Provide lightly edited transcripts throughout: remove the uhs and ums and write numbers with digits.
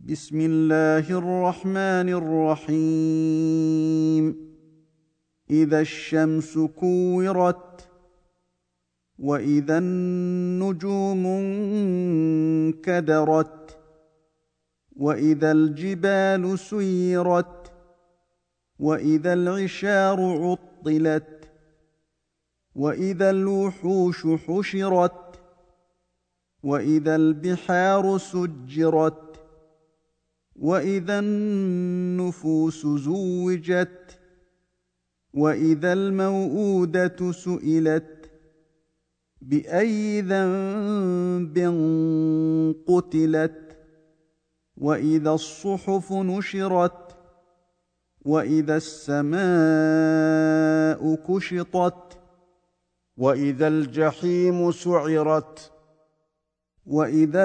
بسم الله الرحمن الرحيم. إذا الشمس كورت وإذا النجوم انكدرت وإذا الجبال سيرت وإذا العشار عطلت وإذا الوحوش حشرت وإذا البحار سجرت وإذا النفوس زوجت وإذا الموءودة سئلت بأي ذنب قتلت وإذا الصحف نشرت وإذا السماء كشطت وإذا الجحيم سعرت وإذا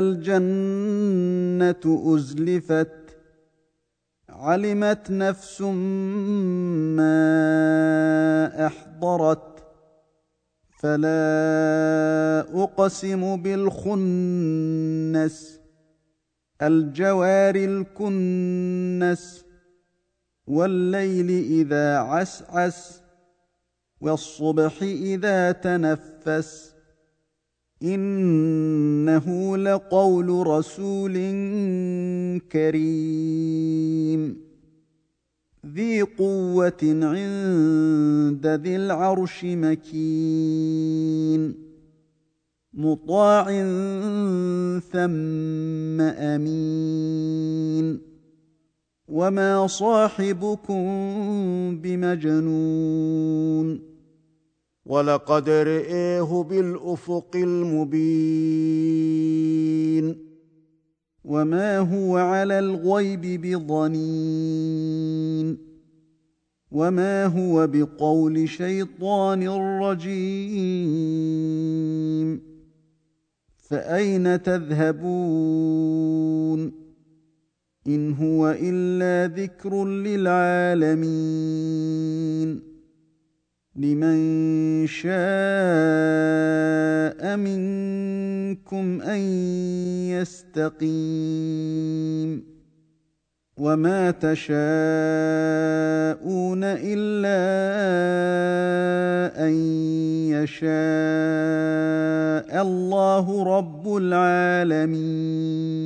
الجنة أزلفت علمت نفس ما أحضرت فلا أقسم بالخنس الجوار الكنس والليل إذا عسعس والصبح إذا تنفس إنه لقول رسول كريم ذي قوة عند ذي العرش مكين مطاع ثم أمين وما صاحبكم بمجنون ولقد رئيه بالأفق المبين وما هو على الغيب بضنين وما هو بقول شيطان رجيم فأين تذهبون إن هو إلا ذكر للعالمين لمن شاء منكم أن يستقيم وما تشاءون إلا أن يشاء الله رب العالمين.